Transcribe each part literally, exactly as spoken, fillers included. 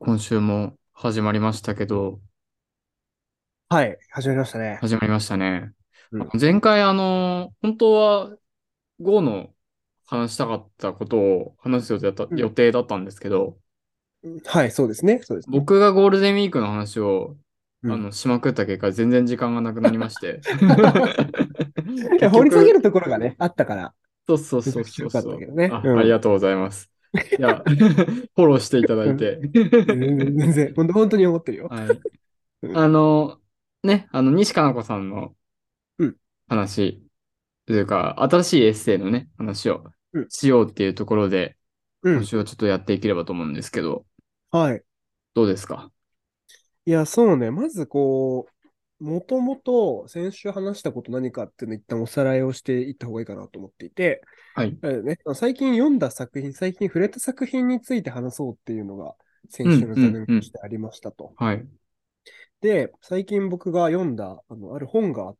今週も始まりましたけど、 はい、始まりましたね。 始まりましたね。 うん。 あの前回、あの、本当は Go の話したかったことを話す予定だった、 うん。 予定だったんですけど、 うんはい、そうですね。そうですね。 僕がゴールデンウィークの話を、 うん。 あの、しまくった結果、全然時間がなくなりまして。 いや、掘り下げ結局、 るところがね、あったから、 そうそうそうめちゃくちゃ良かったそうそう。 けどね。 あ、 うん。 ありがとうございます。いや、フォローしていただうん。 いて。 全然、全然、本当、本当に思ってるよ。 はい。 うん。 あの、ね、あの、西加奈子さんのうん。 話、というか、新しいエッセイのね、話をうん。 しようっていうところで、 うん。 今週はちょっとやっていければと思うんですけど、 はい。 どうですか？ いや、そうね。まず、こう、もともと、先週話したこと何かっていうのを一旦おさらいをしていった方がいいかなと思っていて、 はい。 あれね、最近読んだ作品、最近触れた作品について話そうっていうのが、先週うん、 の座うん、うん。 組としてありましたと。 はい。 で、最近僕が読んだ、あの、ある本があって、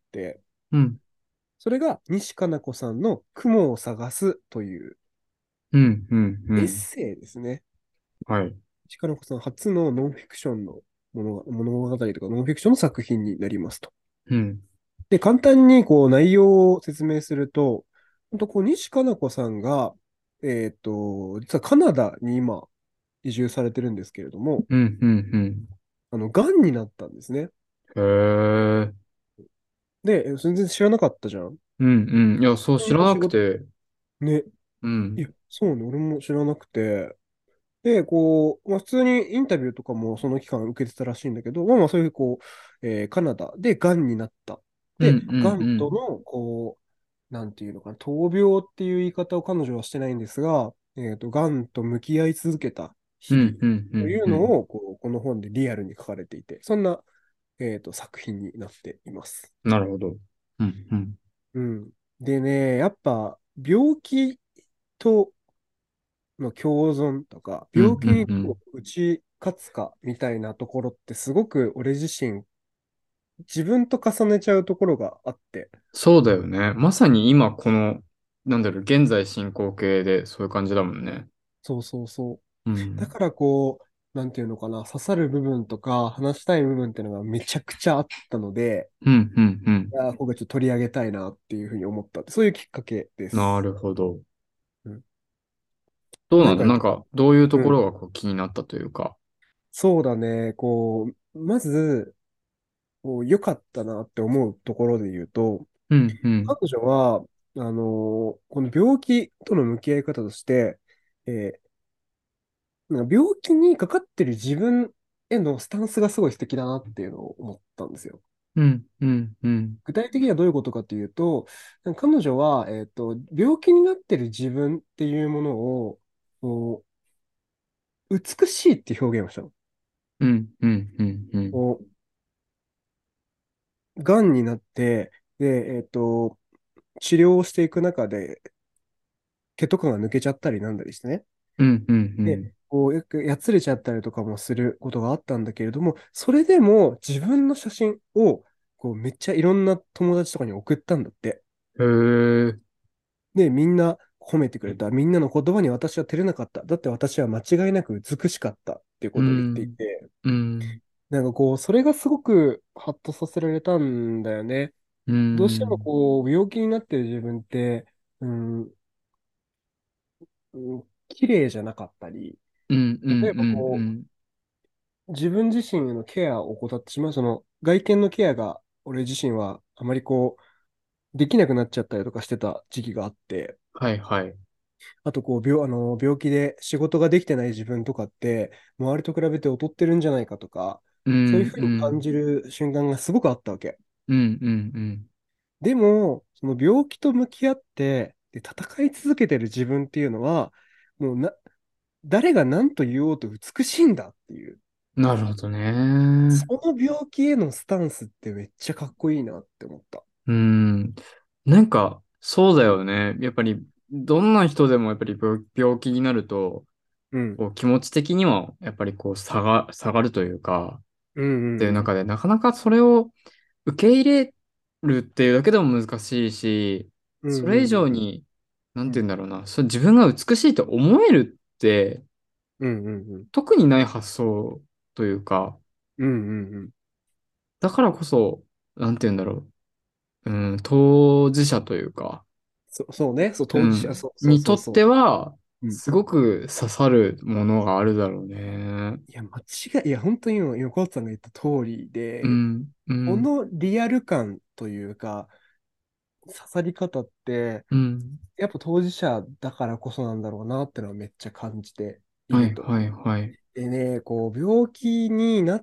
うん、 それが西加奈子さんの雲を探すといううん、うん、うエッん。 セイですね。 はい。 西加奈子さん初のノンフィクションの物語物語とかノンフィクションの作品になりますと。 うん、 で、簡単にこう内容を説明すると、本当こう西加奈子さんが、えっと、実はカナダに今移住されてるんですけれども、 うん、うん、うん。 あの、癌になったんですね。 へえ。 で、え全然知らなかったじゃん。 うん、うん。いや、そう知らな仕事、 くて、 ね。 うん、 いや、そうね、俺も知らなくて、で、こう、まあ、普通にインタビューとかもその期間受けてたらしいんだけど、まあまあそういうこう、えーカナダで癌になった。 うん、 で、 うん、 癌うん。 との、こう、なんていうのかな、闘病っていう言い方を彼女はしてないんですが、えっと、癌と向き合い続けた日々 うん、うん、うん、 といううん。 のを、こう、この本でリアルに書かれていて、そんな、えっと、作品になっています。 なるほど。うん、うん。 うん。でね、やっぱ、病気との共存とか、 うん、 病気うん、 にどうん。 う打ち勝つかみたいなところってすごく俺自身、自分と重ねちゃうところがあって。 そうだよね。まさに今この、なんだろう、現在進行形でそういう感じだもんね。 そうそうそう。 うん。 だからこう、なんていうのかな、刺さる部分とか話したい部分っていうのがめちゃくちゃあったので、 うん、うん、うん。 いや、今回ちょっと取り上げたいなっていうふうに思った。そういうきっかけです。 なるほど。 うん。 どうななんかね、 のなんか、どういうとうん。 ころがこう気になったというか。 そうだね、こう、まず、こう良かったなって思うところで言うと、 うん、うん、 彼女は、あのこの病気との向き合い方として、えーなんか病気にかかってる自分へのスタンスがすごい素敵だなっていうのを思ったんですよ。 うん、うん、うん、 具体的にはどういうことかというと、彼女は、えっと、病気になってる自分っていうものを、こう美しいっていう表現をしたの。 うん、うん、うん、うん、 こう、癌になって、で、えっと、治療をしていく中で、毛とかが抜けちゃったりなんだりしてね。 うん、うで、 ん、 こう、よくやつれちゃったりとかもすることがあったんだけれども、それでも自分の写真を、こう、めっちゃいろんな友達とかに送ったんだって。 うん。へえ、 で、みんな褒めてくれた。みんなの言葉に私は照れなかった。だって私は間違いなく美しかったっていううことを言っていん、 て、 うん、 なんかこう、それがすごくハッとさせられたんだよね。 うどうしてもん、 こう、病気になってる自分って、うん、うん、綺麗じゃなかったり、 うん、うん、 例えばうん、 こう、自分自身へのケアを怠ってしまう、その外見のケアが俺自身はあまりこう、できなくなっちゃったりとかしてた時期があって、 はい、はい。 あとこう、病、あの、病気で仕事ができてない自分とかって、周りと比べて劣ってるんじゃないかとか、 うん、 そういうふううん、 に感じる瞬間がすごくあったわけ。 うん、うん、うん。 でも、その病気と向き合って、で、戦い続けてる自分っていうのは、もうな、誰が何と言おうと美しいんだっていう、 なるほどね。 その病気へのスタンスってめっちゃかっこいいなって思った。 うん。なんか、そうだよね。やっぱり、どんな人でもやっぱり病、病気になると、 うん。 こう気持ち的には、やっぱりこう、下が、下がるというか、 うんうんうん。 っていう中で、なかなかそれを受け入れるっていうだけでも難しいし、 うんそれ以うんうん。 上に、なんうん。 て言うんだろうな、それ自分が美しいと思えるって、 うんうんうん。 特にない発想というか、 うんうんうん。 だからこそ、なんて言うんだろう。うん、当事者というか、 そ、そうね。そう、当事者、 うん、 そうそうにとってそうそは、 う。うん。 すごく刺さるものがあるだろうね。 いや、間違い、いや、本当に今、横田さんが言った通りで、 うん、うん、 このリアル感というか、刺さり方って、 うん。 やっぱ当事者だからこそなんだろうなってのはめっちゃ感じていはい、 ると。 はい、はい。 でね、こう、病気になって、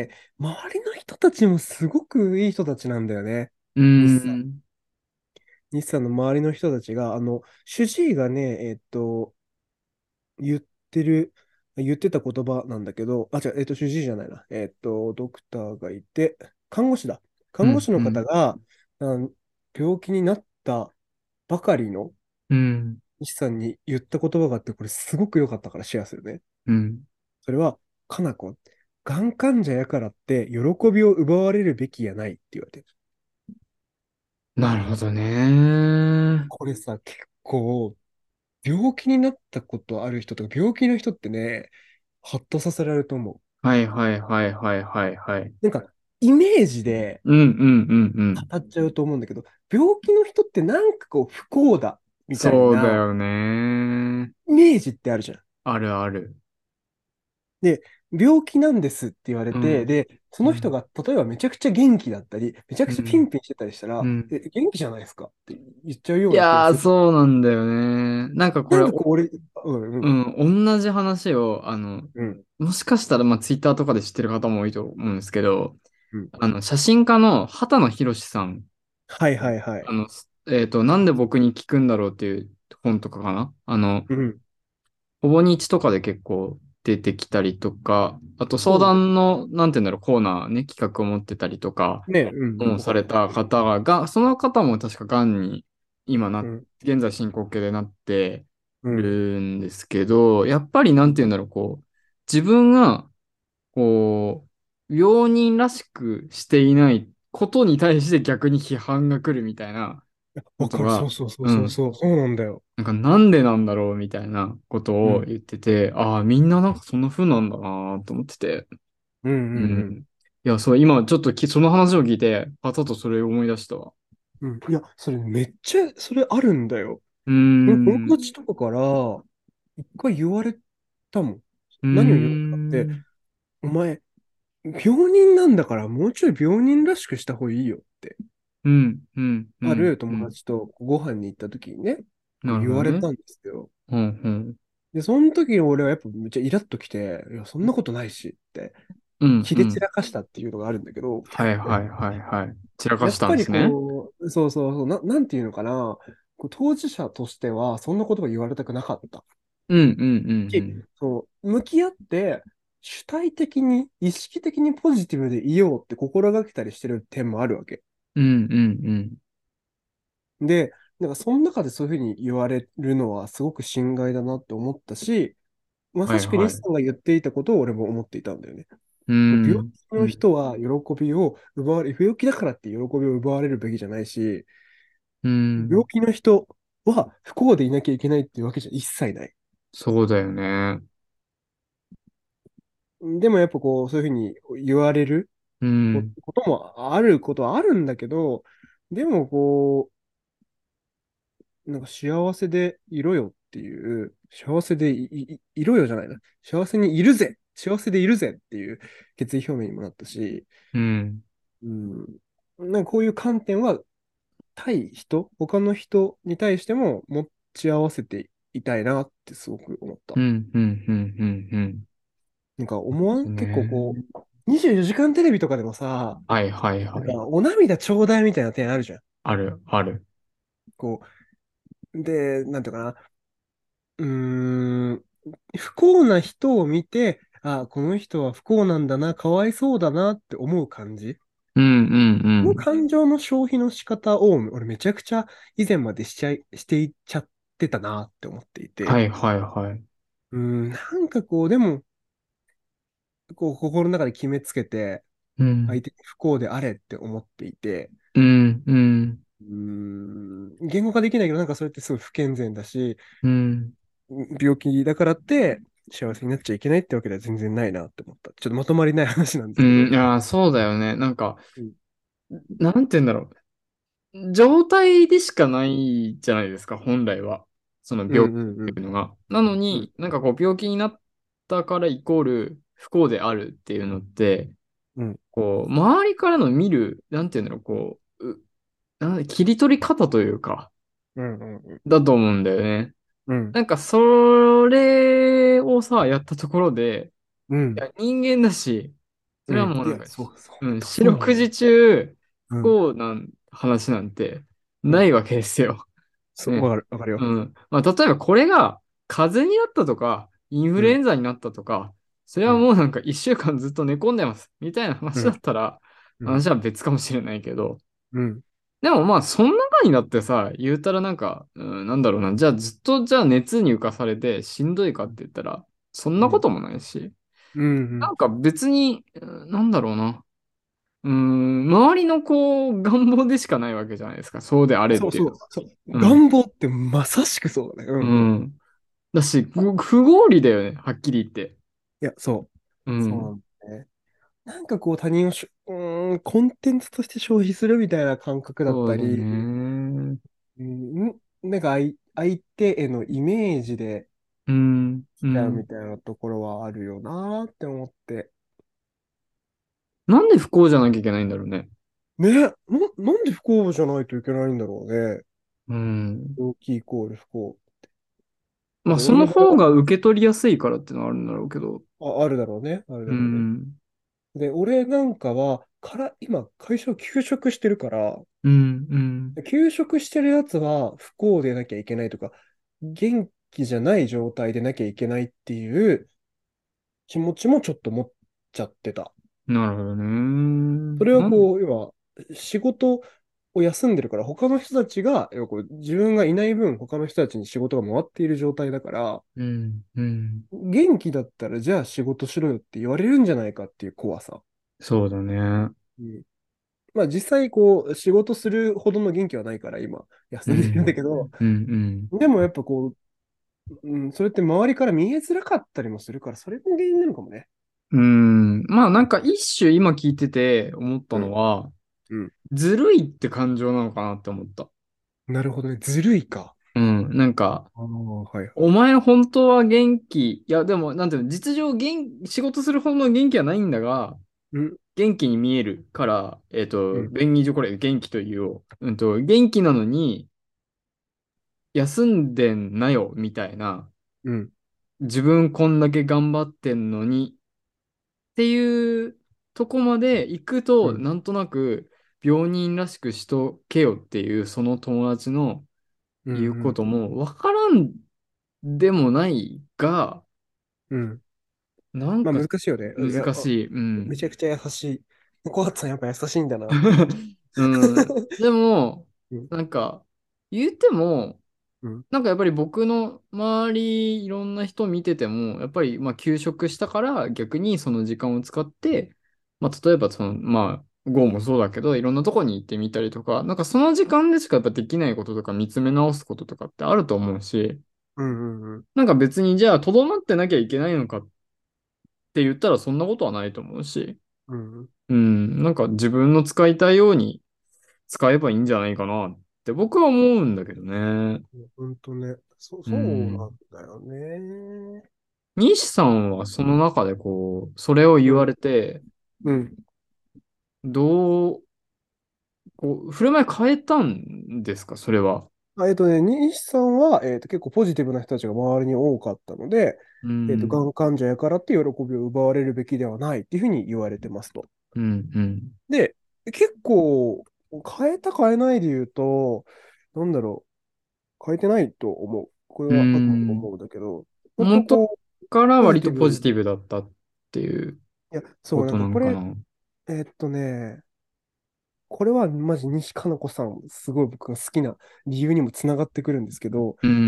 周りの人たちもすごくいい人たちなんだよね。 う日産。 ん、 日産の周りの人たちが、あの、主治医がね、えっと、言ってる、言ってた言葉なんだけど、あ、違う、えっと、主治医じゃないな。えっと、ドクターがいて、看護師だ。 うん、 看護師のうん、 方が、あの病気になったばかりのうん、 西さんに言った言葉があって、これすごく良かったからシェアするね。 うん。 それは、かなこ、がん患者やからって喜びを奪われるべきやないって言われてる。 なるほどね。 これさ、結構、病気になったことある人とか、病気の人ってね、ハッとさせられると思う。 はい、はい、はい、はい、はい、はい。 なんか、イメージでうん、うん、うん、うん。 語っちゃうと思うんだけど、病気の人ってなんかこう、不幸だ、みたいなそうだよね。 イメージってあるじゃん。 あるある。 で、病気なんですって言われて、 うん、 で、そうん、 の人が例えばめちゃくちゃ元気だったり、めちゃくちゃピうん、 ンピンしてたりしたら、 うん。 え、元気じゃないですかって言っちゃうような気がいやー、 する。 そうなんだよね。なんかこれ、おなんかこう、俺、うんうん、 うん、同じ話を、あの、 うん、 もしかしたら、まあ、ツイッターとかで知ってる方も多いと思うんですけど、 うん。 あの、写真家の畑野宏さん、 はいはいはい。 あの、えっと、なんで僕に聞くんだろうっていう本とかかな。あの、 うん。 ほぼ日とかで結構出てきたりとか、あと相そうね。 談の、なんて言うんだろう、コーナーね、企画を持ってたりとか、 ね、うんうん、 もうわかるわかる。 された方が、がその方も確かがんに今な、 うん、 現在進行形でなってうん、 るんですけど、やっぱりなんて言うんだろう、こう、自分が、こう、病人らしくしていないことに対して逆に批判が来るみたいなこわかる。そとが、 うそうそううん、 そうそう。そうなんだよ。 なんかなんでなんだろうみたいなことうん、 を言ってて、ああ、みんななんかそんな風なんだなと思ってて。 うんうんうん。 うん。いや、そう、今ちょっときその話を聞いて、パタッとそれを思い出したわ。 うん。いや、それめっちゃ、それあるんだよ。 うー俺友ん。 達とかから、一回言われたもん。 うー何を言われたって、 ん。 お前、病人なんだからもうちょい病人らしくした方がいいよって、 うん、うん、うん、 ある友うん。 達とご飯に行った時にね、こうなるほどね。 言われたんですよ。 うん、うん。 で、その時に俺はやっぱめっちゃイラッときて、いや、そんなことないしって、 うん、 気で散うん。 らかしたっていうのがあるんだけど、 はい、はい、はい、はい。散らかしやっぱりたんですね。 こう、そうそうそう、な、なんていうのかな、こう当事者としてはそんなことが言われたくなかったうん、うん、うん、うし、 ん。 そう、向き合って主体的に、意識的にポジティブでいようって心がけたりしてる点もあるわけ。 うん、うん、うん。 で、なんかその中でそういうふうに言われるのはすごく心外だなって思ったし、まはい、 さしくはい。 西さんが言っていたことを俺も思っていたんだよね。 うこう病ん、 気うん、 の人は喜びを奪われ、病気だからって喜びを奪われるべきじゃないし、 うん。 病気の人は不幸でいなきゃいけないっていうわけじゃ一切ない。 そうだよね。 でもやっぱこう、そういうふうに言われるこうん、 こともあることはあるんだけど、でもこう、なんか幸せでいろよっていう、幸せでい、い、いろよじゃないな。幸せにいるぜ幸せでいるぜっていう決意表明にもなったし、 うん、 うん、なんかこういう観点は対人、他の人に対しても持ち合わせていたいなってすごく思った。 うん、うん、うん、うん、うん。 なんか思わん結構こね。 う、にじゅうよじかんテレビとかでもさ、 はい、はい、 なんかはい。 お涙ちょうだいみたいな点あるじゃん。 ある、ある。 こう、で、なんていうかな、うーん、不幸な人を見て、あ、この人は不幸なんだな、かわいそうだなって思う感じ。 うん、うん、うこのん。 感情の消費の仕方を、俺めちゃくちゃ以前までしちゃい、していっちゃってたなって思っていて、 はい、はい、はい。 うーん、なんかこう、でも、こう、心の中で決めつけて、 うん、 相手に不幸であれって思っていて、 うん、うん、 うーん、言語化できないけど、なんかそれってすごい不健全だし、 うん、 病気だからって、 幸せになっちゃいけないってわけでは全然ないなって思った。ちょっとまとまりない話なんですけど。 うん、いやー、そうだよね。なんか、 うん。 なんて言うんだろう。状態でしかないじゃないですか、本来は。その病気っうんうんうん。 ていうのが。なのうん。 に、なんかこう、病気になったからイコール不幸であるっていうのって、 うん。 こう、周りからの見る、なんて言うんだろう、こう、うなん切り取り方というか、 うんうんうん。 だと思うんだよね。 うん。 なんか、それをさ、やったところで、 うん。 いや、人間だし、それはうん。いや、 もうなんか、 そう、そうん、 う、 四六時そうなのよ。 中、不うん。 幸な話なんてうん。 ないわけですよ。 そう、わね。 かる、わかるよ。 うん。まあ、例えばこれが、風邪になったとか、インフルエうん。 ンザになったとか、それうん。 はもうなんか一週間ずっと寝込んでます、みたいな話だうん。 ったら、 うん。 話は別かもしれないけど、 うん。 でもまあ、その中にだってさ、言うたらなんか、うん、なんだろうな、じゃあずっとじゃあ熱に浮かされてしんどいかって言ったら、そんうん。 なこともないし、 うん。 なんか別に、うんなんだろうな。うーん、周りのこう、願望でしかないわけじゃないですか。そうであれっそうそう、 ていうのは。 そう。 うん。 願望ってまさしくそうだね。ううんうん。 ん。だし、不不合理だよね。はっきり言って。 いや、そう。 うん。 そうなんだね。なんかこう他人をしょ、うーん、コンテンツとして消費するみたいな感覚だっそうだたり、 ね。 うん、なんか相、相手へのイメージでうん。う来ちゃうみん。 たいなところはあるよなーって思って。 なんで不幸じゃなきゃいけないんだろうね。 ね、な、なんで不幸じゃないといけないんだろうね。 うん。 病気イコール不幸。なんまあ、 かいそのろんなドラマ、 方が受け取りやすいからってのはあるんだろうけど。 あ、あるだろうね。あるうだろうね。 ん。 で、俺なんかは、から、今、会社を休職してるから、 うん。うん。 休職してるやつは不幸でなきゃいけないとか、元気じゃない状態でなきゃいけないっていう気持ちもちょっと持っちゃってた。 なるほどね。 それはなん、 こう、要は、仕事を休んでるから、他の人たちが、要はこう自分がいない分、他の人たちに仕事が回っている状態だから、 うん。うん。 元気だったら、じゃあ仕事しろよって言われるんじゃないかっていう怖さ。 そうだね。 うん、まあ実際、こう、仕事するほどの元気はないから、今、休んでるんだうん。 けど、 うん。 でもやっぱこう、うん、それって周りから見えづらかったりもするから、それも原因なのかもね。 うん。まあなんか一種今聞いてて思ったうん。 のは、 うん。 ずるいって感情なのかなって思った。 なるほどね。ずるいか。 うん。なんか、 ああ、はいはい。 お前本当は元気。いや、でも、なんていうの、実情元、仕事するほどの元気はないんだが、 うん、 元気に見えるから、えっと、 うん、 便宜上これ元気と言おう。うんと、元気なのに休んでんなよ、みたいな。 うん、 自分こんだけ頑張ってんのにっていうとこまで行くと、 うん、 なんとなく病人らしくしとけよっていうその友達のうん、 言うこうん、 ともわからんでもないが、 うん。まあなんか難しいよね。いや、あ、 難しい。うん。 めちゃくちゃ優しい。小畑さんやっぱ優しいんだなって思っちゃう。 うん。でも、 うん、 なんか、言っても、 うん、 なんかやっぱり僕の周りいろんな人見てても、やっぱりまあ休職したから逆にその時間を使って、まあ例えばその、まあ Go もそうだけど、いろんなとこに行ってみたりとか、なんかその時間でしかやっぱできないこととか見つめ直すこととかってあると思うし、 うん、うん、 なんか別にじゃあとどまってなきゃいけないのかって言ったらそんなことはないと思うし、 うん、うん。 うん、なんか自分の使いたいように使えばいいんじゃないかなって僕は思うんだけどね。 本当ね。そ、 うそうなんん。 だよね。 西さんはその中でこう、それを言わうん、 れて、 うん。 どう、こう、振る舞い変えたんですか、それは。 あえっとね、西さんは、えっと、結構ポジティブな人たちが周りに多かったので、 うえっと、がん、 ん患者やからって喜びを奪われるべきではないっていうふうに言われてますと。 うん、うん、 で、結構、変えた変えないで言うと、なんだろう、変えてないと思う。これうはあくまでん。 思うんだけど、もっと元こう、 からポジ割とポジティブ、 ティブだったっていういや、そう、なんことなかこれ、 んかな。 えっとね、これはマジ西加奈子さん、すごい僕が好きな理由にもつながってくるんですけど、 うん、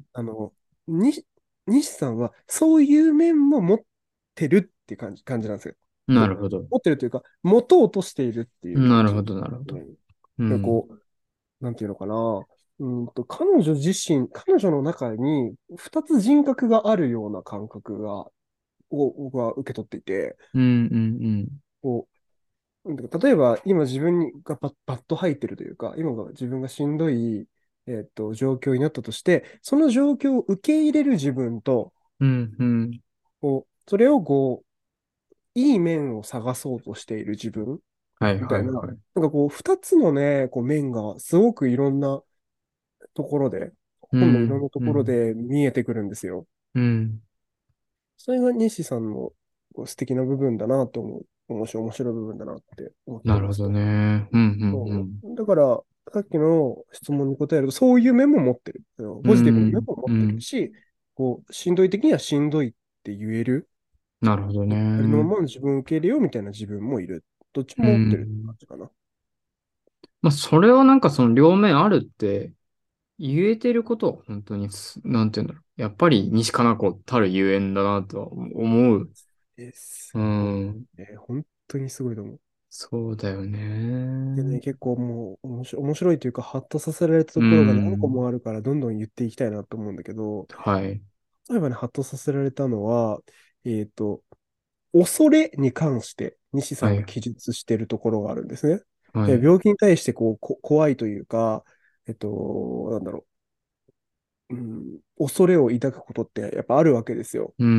あの、西、西さんはそういう面も持ってるっていう感じ、感じなんですよ。もなるほど。 持ってるというか、持とうとしているっていう感じ。 なるほど、なるほど。 うん。 うん、 でこう、なんていうのかな。 うんと、彼女自身、彼女の中に二つ人格があるような感覚が、を僕は受け取っていて、 うんうんこう、うん例えば今自分にがバッ、バッと入ってるというか、今が自分がしんどい、えっと、状況になったとして、その状況を受け入れる自分と、 うんうんこう、それをこう、いい面を探そうとしている自分はいみたいな、 はいはい。 なんかこう、二つのね、こう面がすごくいろんなところで、本のいろんうんなとうんころで見えてくるんですよ。 うんそれが西さんのこう素敵な部分だなと思う。面白い、面白い部分だなって思ってなるほどますと。 ね。うんそう。だから、さっきの質問に答えると、そういう面も持ってる。あのうんポジティブな面うんも持ってるうん。 し、こう、しんどい時にはしんどいって言える。 なるほどありのね。 ままの自分を受け入れようみたいな自分もいる。どっちうも持ってるってん。 感じかな。 まあ、それはなんかその両面あるって言えてることは本当にす、なんて言うんだろう。やっぱり西加奈子たるゆえんだなとは思う。 え、すうごい。 ん。 え、本当にすごいと思う。 そうだよでね、 ね。 結構もう面白い、面白いというか、ハッとさせられたとうころが何個ん。 もあるから、どんどん言っていきたいなと思うんだけど、 はい。 例えばね、ハッとさせられたのは、えっと、恐れに関して西さはい。 んが記述しているところがあるんですね。 はい。 え病気に対してこう、こ、怖いというか、えっと、なんだろう、うん、恐れを抱くことってやっぱあるわけですよ。 うん。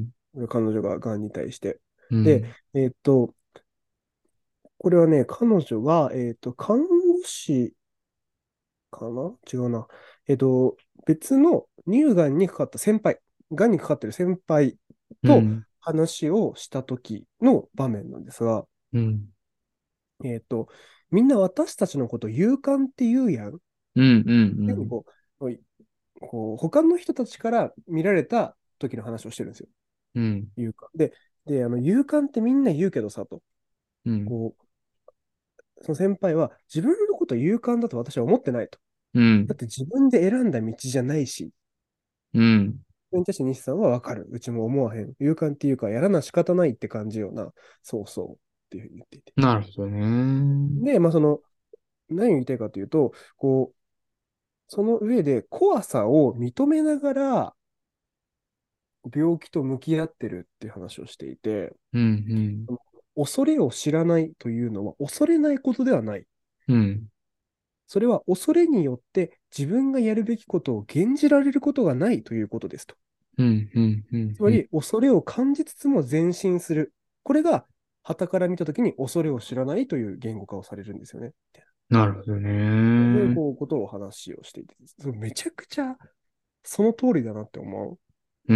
彼女が癌に対して。で、 うん。 えっと、これはね、彼女が、えっと、看護師かな違うな。えっと、別の乳がんにかかった先輩、がんにかかってる先輩とうん。 話をした時の場面なんですが、 うん。 えっと、みんな私たちのこと勇敢って言うやん。 うん。うん。うん。 こう、こう他の人たちから見られた時の話をしてるんですよ。 うん。 勇敢。で、で、あの、勇敢ってみんな言うけどさ、と。 うん。 こう、その先輩は自分のこと勇敢だと私は思ってないと。 うん。 だって自分で選んだ道じゃないし、 うん。 それに対して西さんはわかる。うちも思わへん。勇敢っていうか、やらな仕方ないって感じような、そうそうっていうふうに言っていて。 なるほどね。 で、まあ、その、何を言いたいかというと、こう、その上で怖さを認めながら病気と向き合ってるっていう話をしていて、 うん。 恐れを知らないというのは恐れないことではない。 うん。うん。 それは恐れによって自分がやるべきことを減じられることがないということですと。 うん。うん。うん。 つまり、恐れを感じつつも前進する。これが、傍から見たときに恐れを知らないという言語化をされるんですよね。 なるほどそういうね。 こうことを話をしていて、そめちゃくちゃその通りだなって思う。 うん。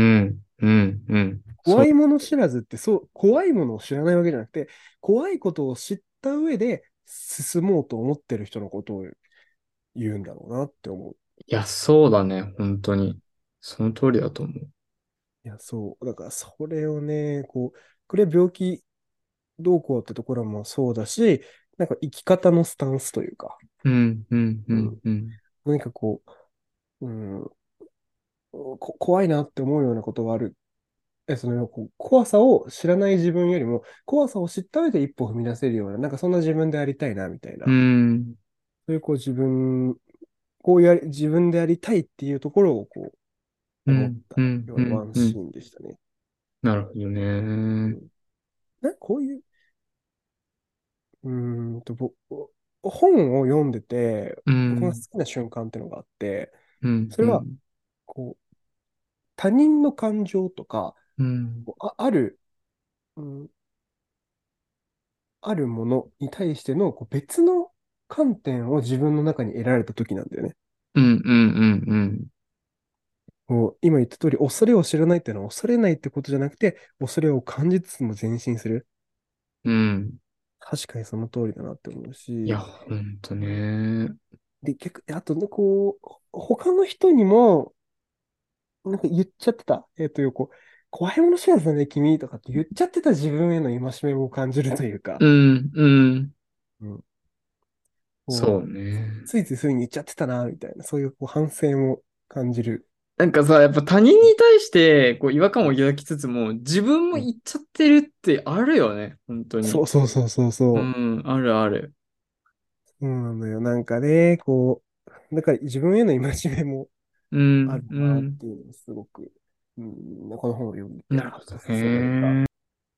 うん。うん。そう。 怖いもの知らずってそう、怖いものを知らないわけじゃなくて、怖いことを知った上で進もうと思ってる人のことを言うんだろうなって思う。 いや、そうだね。本当に。その通りだと思う。 いや、そう。だからそれをね、こう、これは病気どうこうってところもそうだし、なんか生き方のスタンスというか、 うん。うん。ううん、 ん。うん。 何かこう、うん、こ怖いなって思うようなことがある。え、そのこう怖さを知らない自分よりも、怖さを知った上で一歩踏み出せるような、なんかそんな自分でありたいな、みたいうな。 ん。 そういうこう自分、こうやり、自分でありたいっていうところをこう思っうん。 たうん。うん。 ようなワンうん。 シーンでしたね。 なるほどね。 うん、な、こういう、うーんと、ぼ本を読んでて、 う僕が好ん。 きな瞬間っていうのがあって、 うん。 それは、 うん。 こう、他人の感情とか、 うん。 あ、ある、うん、あるものに対してのこう別の観点を自分の中に得られた時なんだよね。 うん。うん。うん。 こう今言った通り、恐れを知らないっていうのは恐れないってことじゃなくて、恐れを感じつつも前進する。 うん。 確かにその通りだなって思ういや、 し、 ほんとね。 で、逆、あとね、こう、他の人にも、なんか言っちゃってた。えっと、こう、怖いもの知らずだね、君とかって言っちゃってた自分への戒めも感じるというか、 うん。うん。 うん、 そうこう、 ね。 ついついそういうふうに言っちゃってたな、みたいな、そういうこう反省も感じる。 なんかさ、やっぱ他人に対して、こう、違和感うんを抱きつつも、自分もうん言っちゃってるってあるよね。本当に。 そうそうそうそううそん、あるある。 う。そうなのよ。なんかね、こう、 だから自分への戒めもうん、 あるうん。 なっていうのをすごく、うん、この本を読んでてなるほど感じさせられた。 ね。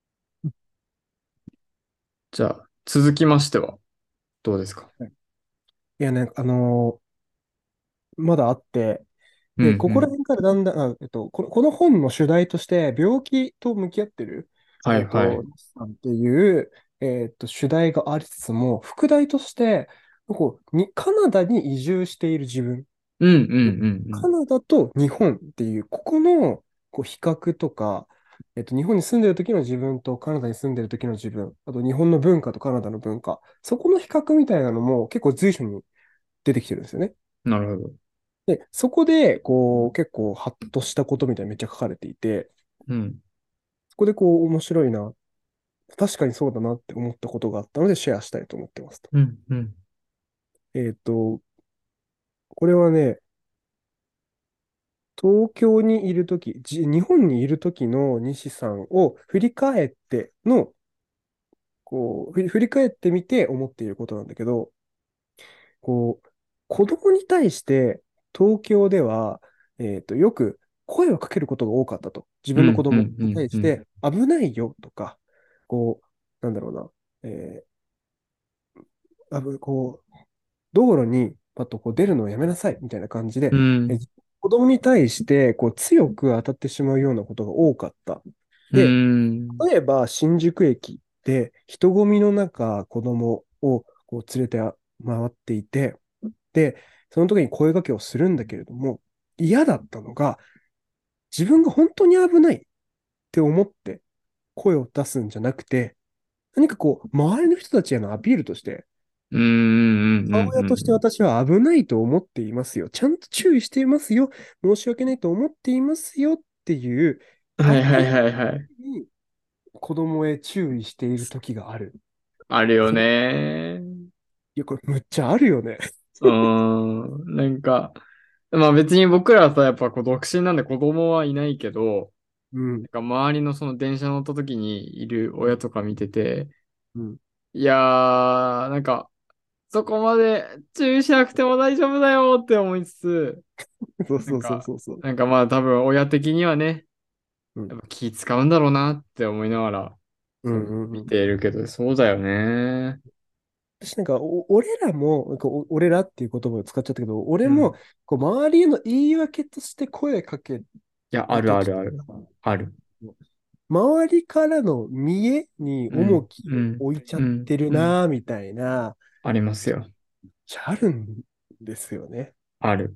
じゃあ、続きましては、どうですか？ はい。いやね、あのーまだあって、 うん、 で、こうん。 こら辺からだんだん、あ、えっと、この、この本の主題として、病気と向き合ってる、 はい、はえっと、 い。 さんっていう、えっと、主題がありつつも、副題として、こうに、カナダに移住している自分、 うん、うん、うん、 カナダと日本っていう、ここのこう比較とか、えっと、日本に住んでる時の自分とカナダに住んでる時の自分、あと日本の文化とカナダの文化、そこの比較みたいなのも結構随所に出てきてるんですよね。 うん。なるほど。 で、そこで、こう、結構ハッとしたことみたいなめっちゃ書かれていて、 うん、 そこでこう、面白いな、確かにそうだなって思ったことがあったのでシェアしたいと思ってますと。 うん、うん。 えっと、これはね、東京にいるとき、じ日本にいるときの西さんを振り返っての、こう、振り振り返ってみて思っていることなんだけど、こう、子供に対して東京では、えっと、よく声をかけることが多かったと。自うん、う分の子供ん、うにん、うん。 対して危ないよとか、こう、なんだろうな、えー、あぶ、こう、道路にパッとこう出るのをやめなさいみたいな感じで、 うえ、 ん、 子供に対してこう強く当たってしまうようなことが多かった。 うで、 ん、 例えば新宿駅で人混みの中、子供をこう連れて回っていて、で、その時に声掛けをするんだけれども、嫌だったのが、自分が本当に危ないって思って声を出すんじゃなくて、何かこう、周りの人たちへのアピールとして、 うん、うん、 母うん。 親として私は危ないと思っていますよ。ちゃんと注意していますよ。申し訳ないと思っていますよっていうはい、はい、 アピールはい、はい。 に子供へ注意している時がある。 あるよこれ、いね。 や、これむっちゃあるよね。 うーん。なんか、まあ別に僕らはさ、やっぱこう独身なんで子供はいないけど、 うん、 なんか周りのその電車乗った時にいるうん、 親とか見てて、 うん。 いやー、なんか、そこまで注意しなくても大丈夫だよって思いつつ、 そうそうそうなんか、 そうそう。 なんかまあ多分親的にはね、 うん、 やっぱ気使うんだろうなって思いながら、 うん、 そううん。う見ん。 ているけど、そうだよね。 私なんか、お俺らも、なんかお俺らっていう言葉を使っちゃったけど、俺も、 うん。 こう、周りへの言い訳として声かけいや、あるときとるあるある。 か、 ある。 周りからの見栄にうん、 重きをうん、 置いちゃっうん、 てるうん。 な、みたいな、 ありますよ。 ちゃあるんですよね。 ある。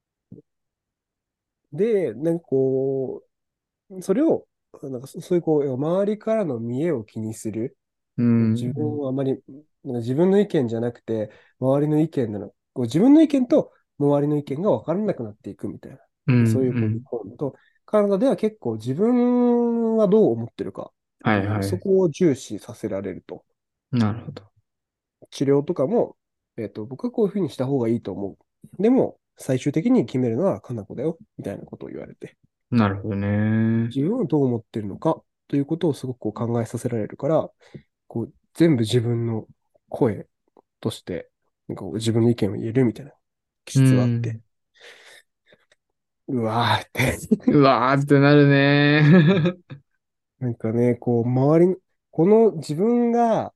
で、なんかこう、それを、なんかそそういうこう、周りからの見栄を気にする。 う自分ん、 をあまり、なんか自分の意見じゃなくて、周りの意見なの、こう自分の意見と周りの意見が分からなくなっていくみたいうん、 な。そういうこう日うん。 本と、カナダでは結構自分はどう思ってるかっていう、 はいはい。 そこを重視させられると。 なるほど。 治療とかも、えっと、僕はこういうふうにした方がいいと思う。でも、最終的に決めるのはカナコだよ、みたいなことを言われて。 なるほどね。 自分はどう思ってるのかということをすごくこう考えさせられるから、こう全部自分の声として、なんかこう自分の意見を言えるみたいな気う質があって、 ん。 うわーってうわーってなるね。 なんかね、こう周り、この自分が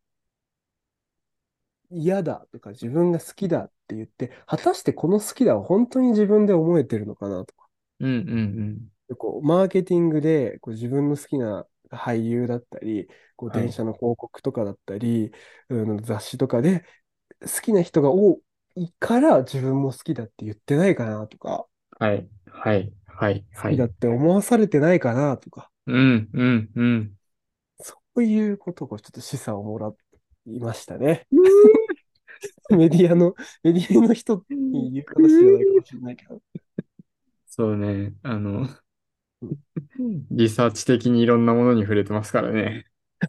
嫌だとか自分が好きだって言って、果たしてこの好きだは本当に自分で思えてるのかなとか、 うんうんでこうマーケティングでこう自分の好きな俳優だったり、こううん。はい。 電車の広告とかだったり、うん、雑誌とかで好きな人が多いから自分も好きだって言ってないかなとか、 はい。はい。はい。 好きだっはい。 て思わされてないかなとか、 うんうんうん。 そういうことをちょっと示唆をもらいましたね。 うーメディアの、メディアの人に言うく話じゃないかもーしれないけど。 そうね。あの、 うん。 リサーチ的にいろんなものに触れてますからね。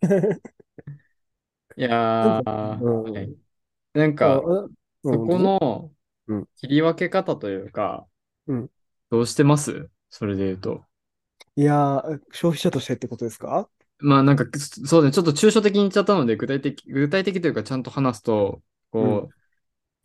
いなんか、 やー、はうん。 い。なんあ、 か、 あ、 そこうん、どうぞ。 のうん。 切り分け方というか、 うん。 どうしてますそれで言うと。 いやー、消費者としてってことですか？ まあなんか、そうね、ちょっと抽象的に言っちゃったので、具体的、具体的というかちゃんと話すと、 うん。 こう、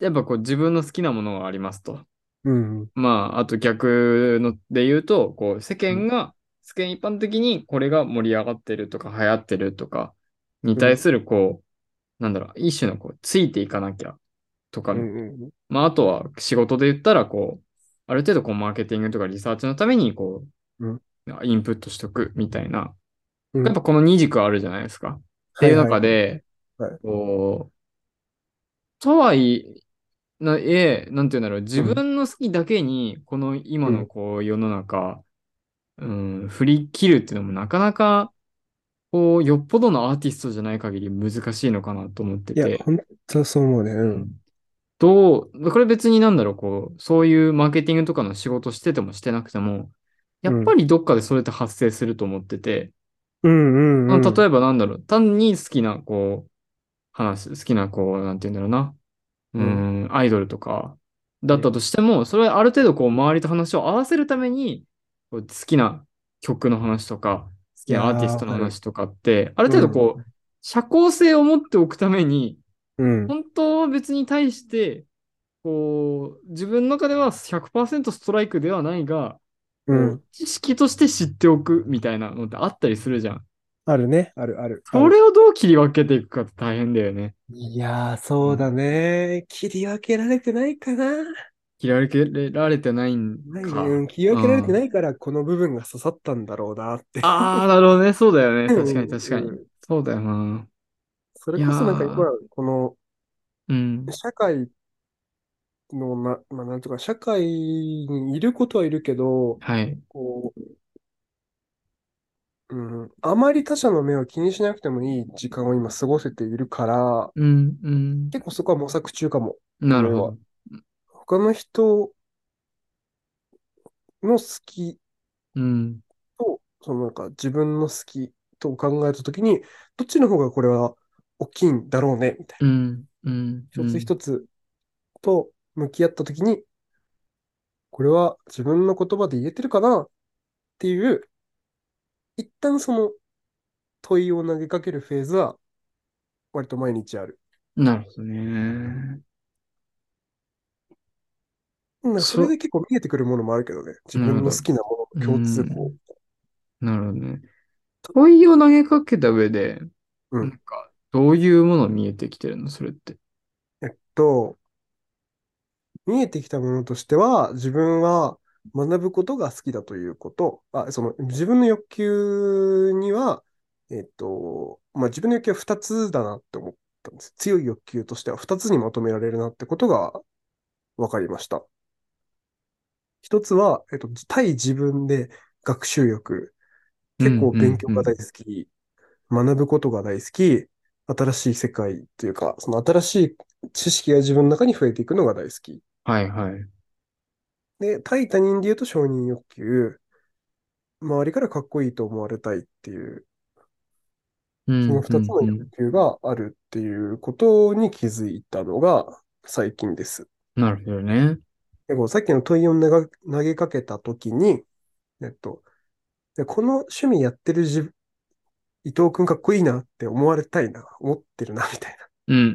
やっぱこう自分の好きなものがありますと。 うん。 まあ、あと逆ので言うと、こう世うん。 間が、世間一般的にこれが盛り上がってるとか流行ってるとかにうん。 対するこう、なんだろう、一種のこう、ついていかなきゃとか、 うん。うん。 まあ、あとは仕事で言ったら、こう、ある程度こう、マーケティングとかリサーチのために、こうん。 う、インプットしとくみたいな。 うん。 やっぱこの二軸あるじゃないですか。っていうはいはいはい。 中で、 はい。 こう、とはいな、え、なんていうんだろう、自うん。 分の好きだけに、この今のうん。 こう、世の中、うん、振り切るっていうのもなかなか、こう、よっぽどのアーティストじゃない限り難しいのかなと思っていや、 て、 本当そう思うね。うん。 うん。どう、これ別になんだろう、こう、そういうマーケティングとかの仕事しててもしてなくても、やうん。 っぱりどっかでそれって発生すると思ってて、 うんうんうん。 あの例えばなんだろう、単に好きな、こう、話、好きな、こう、なんて言うんだろうな、ううん。 ーん、アイドルとか、だったうん。 としても、それはある程度こう、周りと話を合わせるために、こう好きな曲の話とか、好きなアーティスいやー、 トのわかる。 話とかって、あるうん。 程度こう、社交性を持っておくために、 うん。 本当は別に対して、こう、自分の中ではひゃくパーセントストライクではないが、こう、 うん。 知識として知っておくみたいなのってあったりするじゃん。 あるね。あるあるある。 それをどう切り分けていくかって大変だよね。 いやー、そうだうん。 ね。切り分けられてないかな。 切り分けられてないんないね。うか。 ん、切り分けられてなうん。 いから、この部分が刺さったんだろうなって。 ああ、なるほどね。そうだよね。 う確かにん、 確かに。 うん。 そうだよな。いやそれこそなんか今、 ー、 このうん。 社会のな、まあ、なんとか、社会にいることはいるけど、 はい。 こう、うん、あまり他者の目を気にしなくてもいい時間を今過ごせているから、 うん、うん。 結構そこは模索中かも、俺は。 なるほど。 他の人の好きうん、 と、そのなんか自分の好きと考えたときに、どっちの方がこれは大きいんだろうね、みたいな。 うん、うん、う一つん。 一つと向き合ったときに、これは自分の言葉で言えてるかなっていう、一旦その問いを投げかけるフェーズは割と毎日ある。 なるほどね。 なんかそれそ、 で結構見えてくるものもあるけどね。自なるほど。 分の好きなもののう共通項。 ん、なるほどね。問いを投げかけた上で、 うん。 なんか、どういうもの見えてきてるのそれって？ えっと、見えてきたものとしては、自分は学ぶことが好きだということ、あ、その自分の欲求には、えっと、まあ、自分の欲求はふたつだなって思ったんです。強い欲求としてはふたつにまとめられるなってことが分かりました。ひとつは、えっと、対自分で学習欲。 うん、 結構うん、 勉強が大うん。 好き、学ぶことが大好き、新しい世界というか、その新しい知識が自分の中に増えていくのが大好き。 はい、はい。 で、対他人で言うと承認欲求。周りからかっこいいと思われたいっていう、そのうん、う二つん、 の欲うん。 求があるっていうことに気づいたのが最近です。 なるほどね。 でこうさっきの問いを投げ投げかけたときに、えっと、でこの趣味やってる自伊藤くんかっこいいなって思われたいな、思ってるな、みたいうん、うん、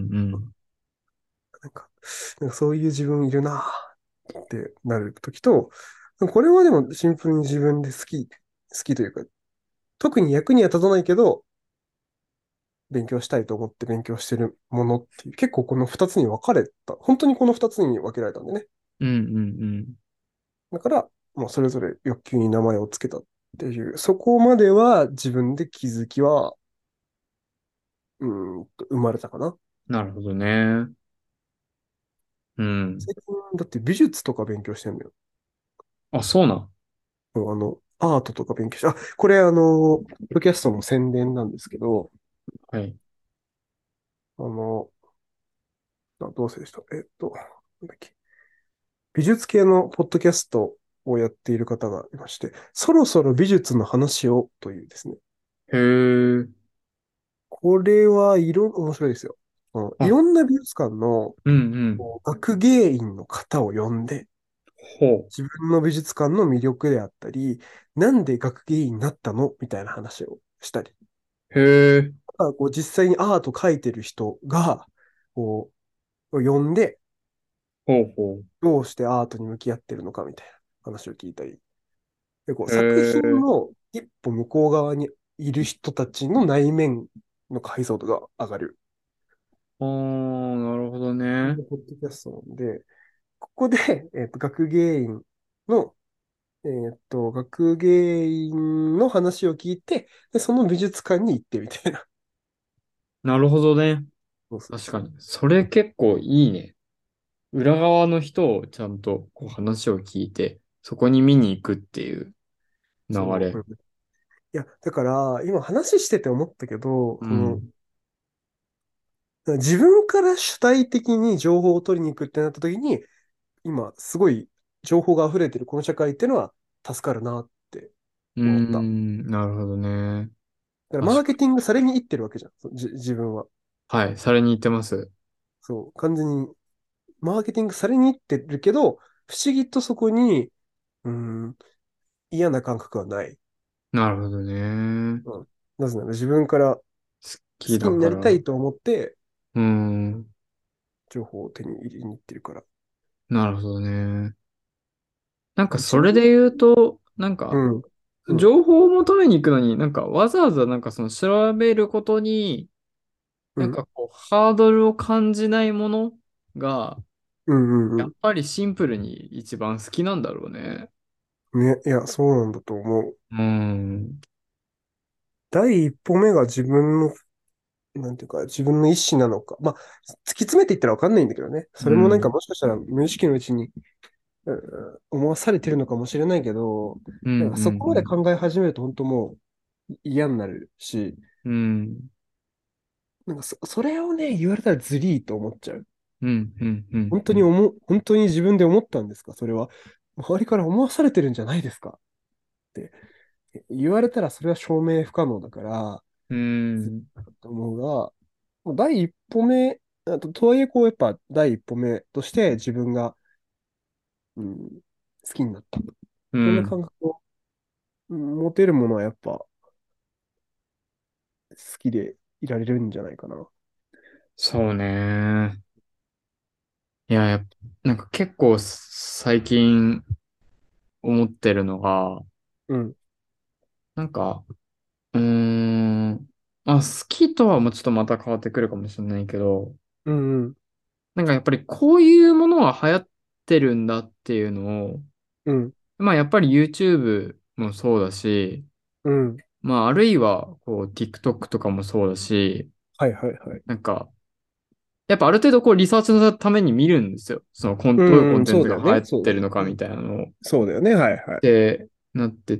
うん、 な。なんか、なんかそういう自分いるなってなるときと、これはでもシンプルに自分で好き、好きというか、特に役には立たないけど、勉強したいと思って勉強してるものっていう、結構この二つに分かれた。本当にこの二つに分けられたんでね。 うん、うん、うん。 だから、もうそれぞれ欲求に名前をつけたっていう、そこまでは自分で気づきは、うーんと生まれたかな。 なるほどね。うん。 最近、だって美術とか勉強してんのよ。 あ、そうなん。 あの、アートとか勉強して、あ、これあの、ポッドキャストの宣伝なんですけど、 はい。 あの、あどうせでした。えっと、なんだっけ。美術系のポッドキャストをやっている方がいまして、そろそろ美術の話をというですね。 へえ。 これはいろ、面白いですよ。あのいあ、 ろんな美術館のうんうん。 こう学芸員の方を呼んで、 ほ自分の美術館の魅力であったり、なんで学芸員になったのみたいな話をしたり。 う。へえ。 あこう実際にアート描いてる人が、こうを呼んで、 ほうほどうしてアートに向き合ってるのかみたいな話を聞いたり、でこうう。へ作品え。 の一歩向こう側にいる人たちの内面の解像度が上がる。 ああ、なるほどね。 ポッドキャストなんで、ここで、えっと、学芸員の、えっと、学芸員の話を聞いて、で、その美術館に行ってみたいな。 なるほどね。 そうそうそう。 確かに。それ結構いいね。裏側の人をちゃんとこう話を聞いて、そこに見に行くっていう流そう。 れ。 いや、だから、今話してて思ったけど、その、 うん。 自分から主体的に情報を取りに行くってなった時に、今、すごい情報が溢れてるこの社会っていうのは助かるなってうー思った。だん、なるほどね。 からマーケ確かに。 ティングされに行ってるわけじゃん。そうじ、自分は。 はい、それに言ってます。 そう、完全にマーケティングされに行ってるけど、不思議とそこに、うーん、嫌な感覚はない。 なるほどね。 うん。なぜなら自分から好好ききになだから。 りたいと思ってうーん、 情報を手に入れに行ってるから。 なるほどね。なんかちなみに、 それで言うと、なんか、 うん、うん、 情報を求めに行くのに、なんかわざわざなんかその調べることに、 うん、 なんかこう、ハードルを感じないものが、 うん、うん、 やっぱりシンプルに一番好きなんだろうね。 うん。ね、いや、そうなんだと思う。 うーん、 第一歩目が自分の、なんていうか、自分の意思なのか。まあ、突き詰めていったらわかんないんだけどね。それもなんかうん、 もしかしたら無意識のうちに、うん思わされてるのかもしれないけど、 うん、 なんかそこまでうん、 考え始めると本当もう嫌になるし、 うん、 なんかそ、それをね、言われたらずりーと思っちゃう。 うん、うん、うん、 本当うん、 に思う、本当に自分で思ったんですかそれは。周りから思わされてるんじゃないですかって言われたらそれは証明不可能だから、 うずん、 っと思うが、もう第一歩目、あと、とはいえこうやっぱ第一歩目として自分が、うん、好きになった。そんなうん、 感覚をうん持てるものはやっぱ好きでいられるんじゃないかな。 そうね。いや、やっぱなんか結構最近思ってるのが、 うん、 なんか、うーん、まあ、好きとはもうちょっとまた変わってくるかもしれないけど、 うん、うん、 なんかやっぱりこういうものは流行ってるんだっていうのを、 うん、 まあやっぱり YouTube もそうだし、 うん。 まああるいはこう TikTok とかもそうだし、 はいはいはい。 なんか、やっぱある程度こうリサーチのために見るんですよ。そのコン、どういううん、うん、 コンテンツが流行そうだよね。 ってるそうだよね。 のかみたいなのを。 そうだよね。はいはい。 ってなってって、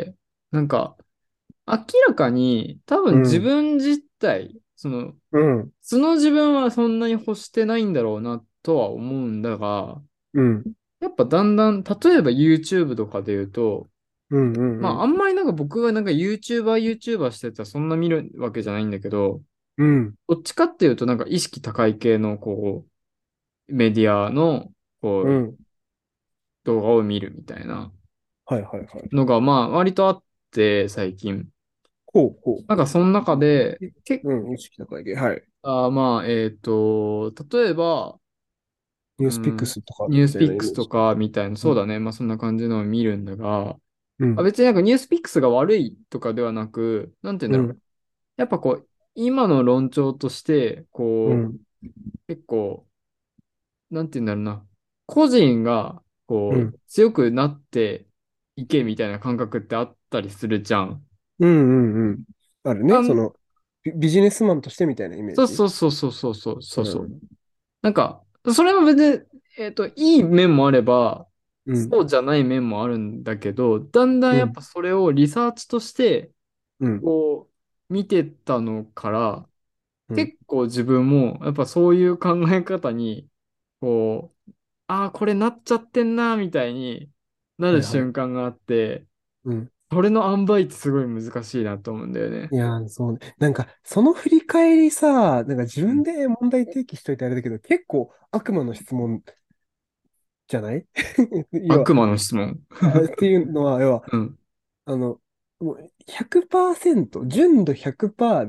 なんか明らかに多分自うん、 分自体、そのうん、 素の自分はそんなに欲してないんだろうなとは思うんだが、 うん、 やっぱだんだん、例えば YouTube とかで言うと、 うん、うん、 まああんまりなんか僕がなんか YouTuber、YouTuber してたらそんな見るわけじゃないんだけど、 うん、 どっちかっていうとなんか意識高い系のこうメディアのこううん。 動画を見るみたいなはいはいはい。 のがまあ割とあって最近。 ほうほうほなんかその中で、 う。 け、 うん、意識高い系。はい。 あーまあえっと、例えば、 ニュースピックうん、 スとかみたいニュースピックなイメージ。 スとかみたいな、 うん、 そうだね。まあそんな感じのを見るんだが、あ、 うん、 別になんかニュースピックスが悪いとかではなく、なんて言うんだろう。 うん、 やっぱこう、今の論調として、こうん、 う、結構、なんて言うんだろうな。個人が、こう、 うん、 強くなっていけみたいな感覚ってあったりするじゃん。 うん、うん。うん。あるね。そあん、 の、ビビジネスマンとしてみたいなイメージ。 そうそうそうそうそうそうそうそう。 うん、 なんか、それは別に、えっと、いい面もあれば、 うん、 そうじゃない面もあるんだけど、だんだんうん、 やっぱそれをリサーチとして、 うん、 こう、見てたのから、 うん。 結構自分も、やっぱそういう考え方に、こう、ああ、これなっちゃってんな、みたいになるはいはい。 瞬間があって、 うん。 それの塩梅ってすごい難しいなと思うんだよね。 いやー、そうね。なんか、その振り返りさ、なんか自うん。 分で問題提起しといてあれだけど、結構悪魔の質問じゃない要は、 悪魔の質問。 あっていうのは、要は、 うん。 あの、もうひゃくパーセント、純度ひゃくパーセントで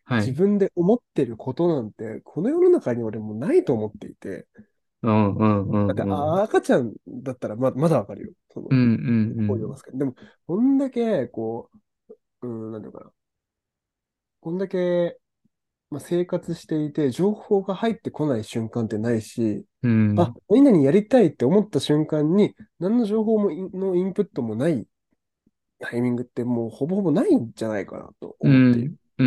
はい。 自分で思ってることなんて、この世の中に俺もうないと思っていて、 うんうんうだってんうん。 あ赤ちゃんだったらま、まだわかるよ。その、 うんうんうん。 声をますけど。でも、こんだけ、こう、うん、なんていうのかな。こんだけ、まあ、生活していて、情報が入ってこない瞬間ってないし、あ、 うん。 何々やりたいって思った瞬間に、何の情報もインのインプットもないタイミングってもうほぼほぼないんじゃないかなと思っている。 うん。うん。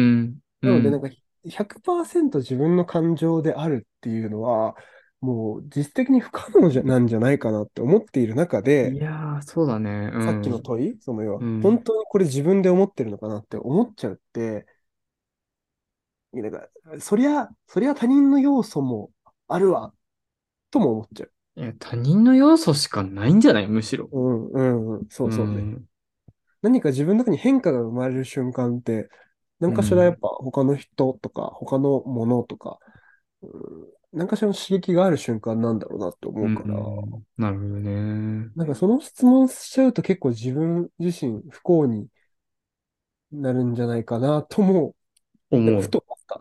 うなので、なんん。 かひゃくパーセント自分の感情であるっていうのは、もう実質的に不可能じゃ、なんじゃないかなって思っている中で、 いやー、そうだね。うさっきのん。 問い、その要は、 うん。 本当にこれ自分で思ってるのかなって思っちゃうって、いやなんか、そりゃ、そりゃ他人の要素もあるわ、とも思っちゃう。 いや、他人の要素しかないんじゃないむしろ。 うんうんうん、そううそうね。 ん。 何か自分の中に変化が生まれる瞬間って、何かしらやっうん。 ぱ他の人とか、他のものとか、うん、何かしらの刺激がある瞬間なんだろうなと思ううから、 ん。なるほどね。 なんかその質問しちゃうと結構自分自身不幸になるんじゃないかなとも、なんか思う。 ふと思った。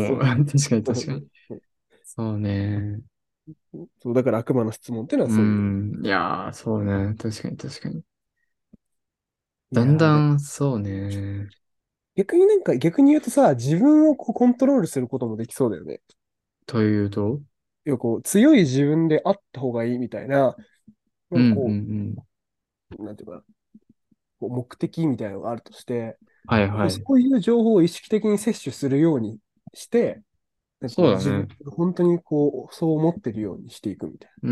もう、 そう。 確かに確かに。そうね。 そう、だから悪魔の質問っていうのはうそういう。 ん。いやー、そうね。確かに確かに。だんいやー、で、 だん、そうね。 逆になんか逆に言うとさ、自分をこうコントロールすることもできそうだよね。 というと、 要はこう、強い自分であった方がいいみたいな、なうんうんうんかこん。 う、なんていうかな、こう目的みたいなのがあるとして、こう、そはいはい。 ういう情報を意識的に摂取するようにして、なんかこう、自分そうだね。 が本当にこう、そう思ってるようにしていくみたいうん。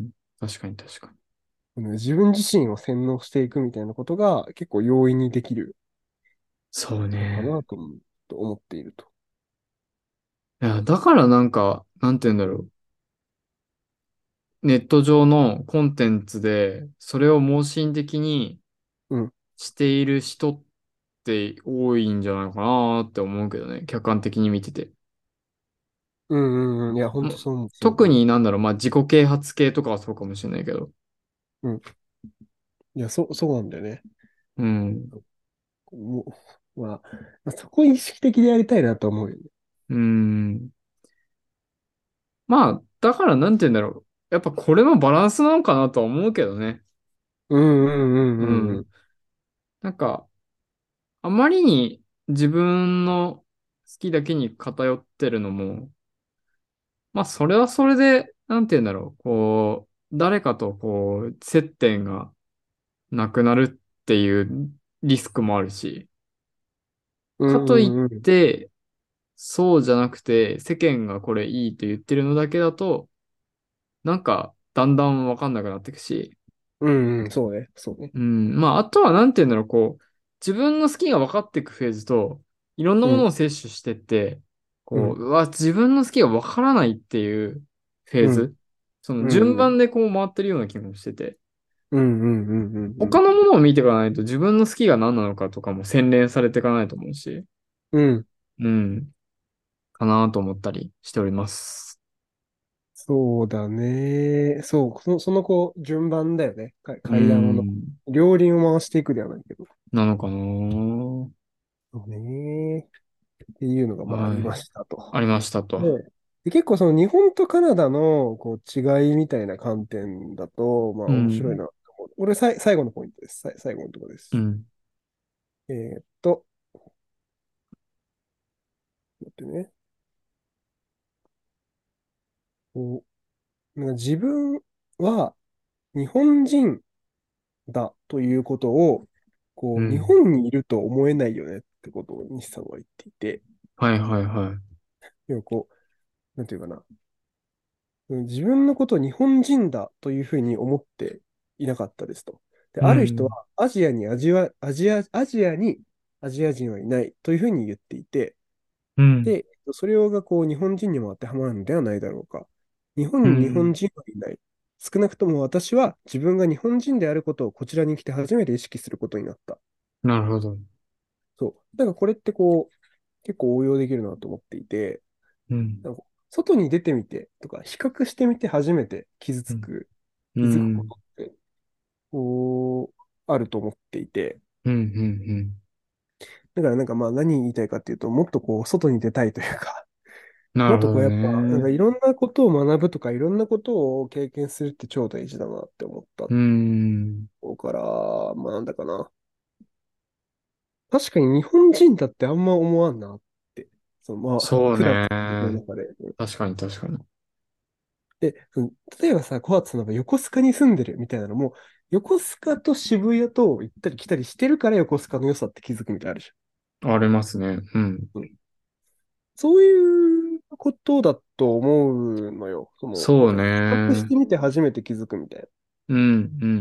確かに確かに。 な。うん、自分自身を洗脳していくみたいなことが結構容易にできるそうのかね。 なと思うと思っていると。 いや、だからなんか、なんて言うんだろう。ネット上のコンテンツで、それを盲信的にうん。 している人って多いんじゃないかなって思うけどね。客観的に見てて。 うんうんうん。いや、本当もうそう思う、そう特思になんだろう、まあ自己啓発系とかはそうかもしれないけど。 う。うん。いや、そ、そうなんだよね。 うん。 もう、まあ、まあそこ意識的でやりたいなと思うよね。 うん。まあ、だからなんて言うんだろう。やっぱこれもバランスなのかなとは思うけどね。 うんうんううんうん。 ん。なんか、あまりに自分の好きだけに偏ってるのも、まあ、それはそれで、なんて言うんだろう。こう、誰かとこう、接点がなくなるっていうリスクもあるし、 うかといっんうんうん。 て、そうじゃなくて、世間がこれいいと言ってるのだけだと、なんか、だんだんわかんなくなっていくし、 うんうん。そうね。そうね。 うん。まあ、あとはなんて言うんだろう、こう、自分の好きが分かっていくフェーズと、いろんなうん。 ものを摂取してって、こう、 うん。 うわ、自分の好きが分からないっていうフェーうん。 ズ。その順うんうん。 番でこう回ってるような気もしてて、 うんうんうんうんうん。 他のものを見ていかないと自分の好きが何なのかとかも洗練されていかないと思うし、 うん。 うん、かなと思ったりしております。 そうだね。そう、その、そのこう、順番だよね。かう階段をの、 ん、 両輪を回していくではないけど。 なのかな。 そうね。っていうのがまあありまはい。 したと。 ありましたと。 で、で結構その日本とカナダのこう違いみたいな観点だと、まあうん、 面白いなと思う。俺さい、最後のポイントです。さい最後のところです。 うん、 えーっと、待ってね。こうなんか自分は日本人だということを、こう、日うん。 本にいると思えないよねってことを西さんは言っていて、 はいはいはい。 要はこう、なんていうかな。自分のことを日本人だというふうに思っていなかったですと。で、 うある人ん、 はアジアにアジア、アジア、アジアにアジア人はいないというふうに言っていて、 うん、 で、それがこう日本人にも当てはまるのではないだろうか。日本に日うん。 本人はいない。少なくとも私は自分が日本人であることをこちらに来て初めて意識することになった。 なるほど。 そう。だからこれってこう、結構応用できるなと思っていて、 うん、 なんか外に出てみてとか、比較してみて初めて傷うん、 つく、 う気づくこん、 とって、こう、あると思っていて、 うん、うん。 だからなんかまあ何言いたいかっていうと、もっとこう、外に出たいというか、もっとこうなるほどやっぱ、なんかね。 いろんなことを学ぶとか、いろんなことを経験するって超大事だなって思ったうーん。 から、まあなんだかな。確かに日本人だってあんま思わんなって。そのまあ、 そう普段の生活のね。 中で。 確かに確かに。 で、その例えばさ、小松さんが横須賀に住んでるみたいなのも、横須賀と渋谷と行ったり来たりしてるから横須賀の良さって気づくみたいなのあるじありますね。うん。 ゃん。うん、そういうことだと思うのよ。その、なんそうか、比較しね。 てみて初めて気づくみたいな。 うん、うん、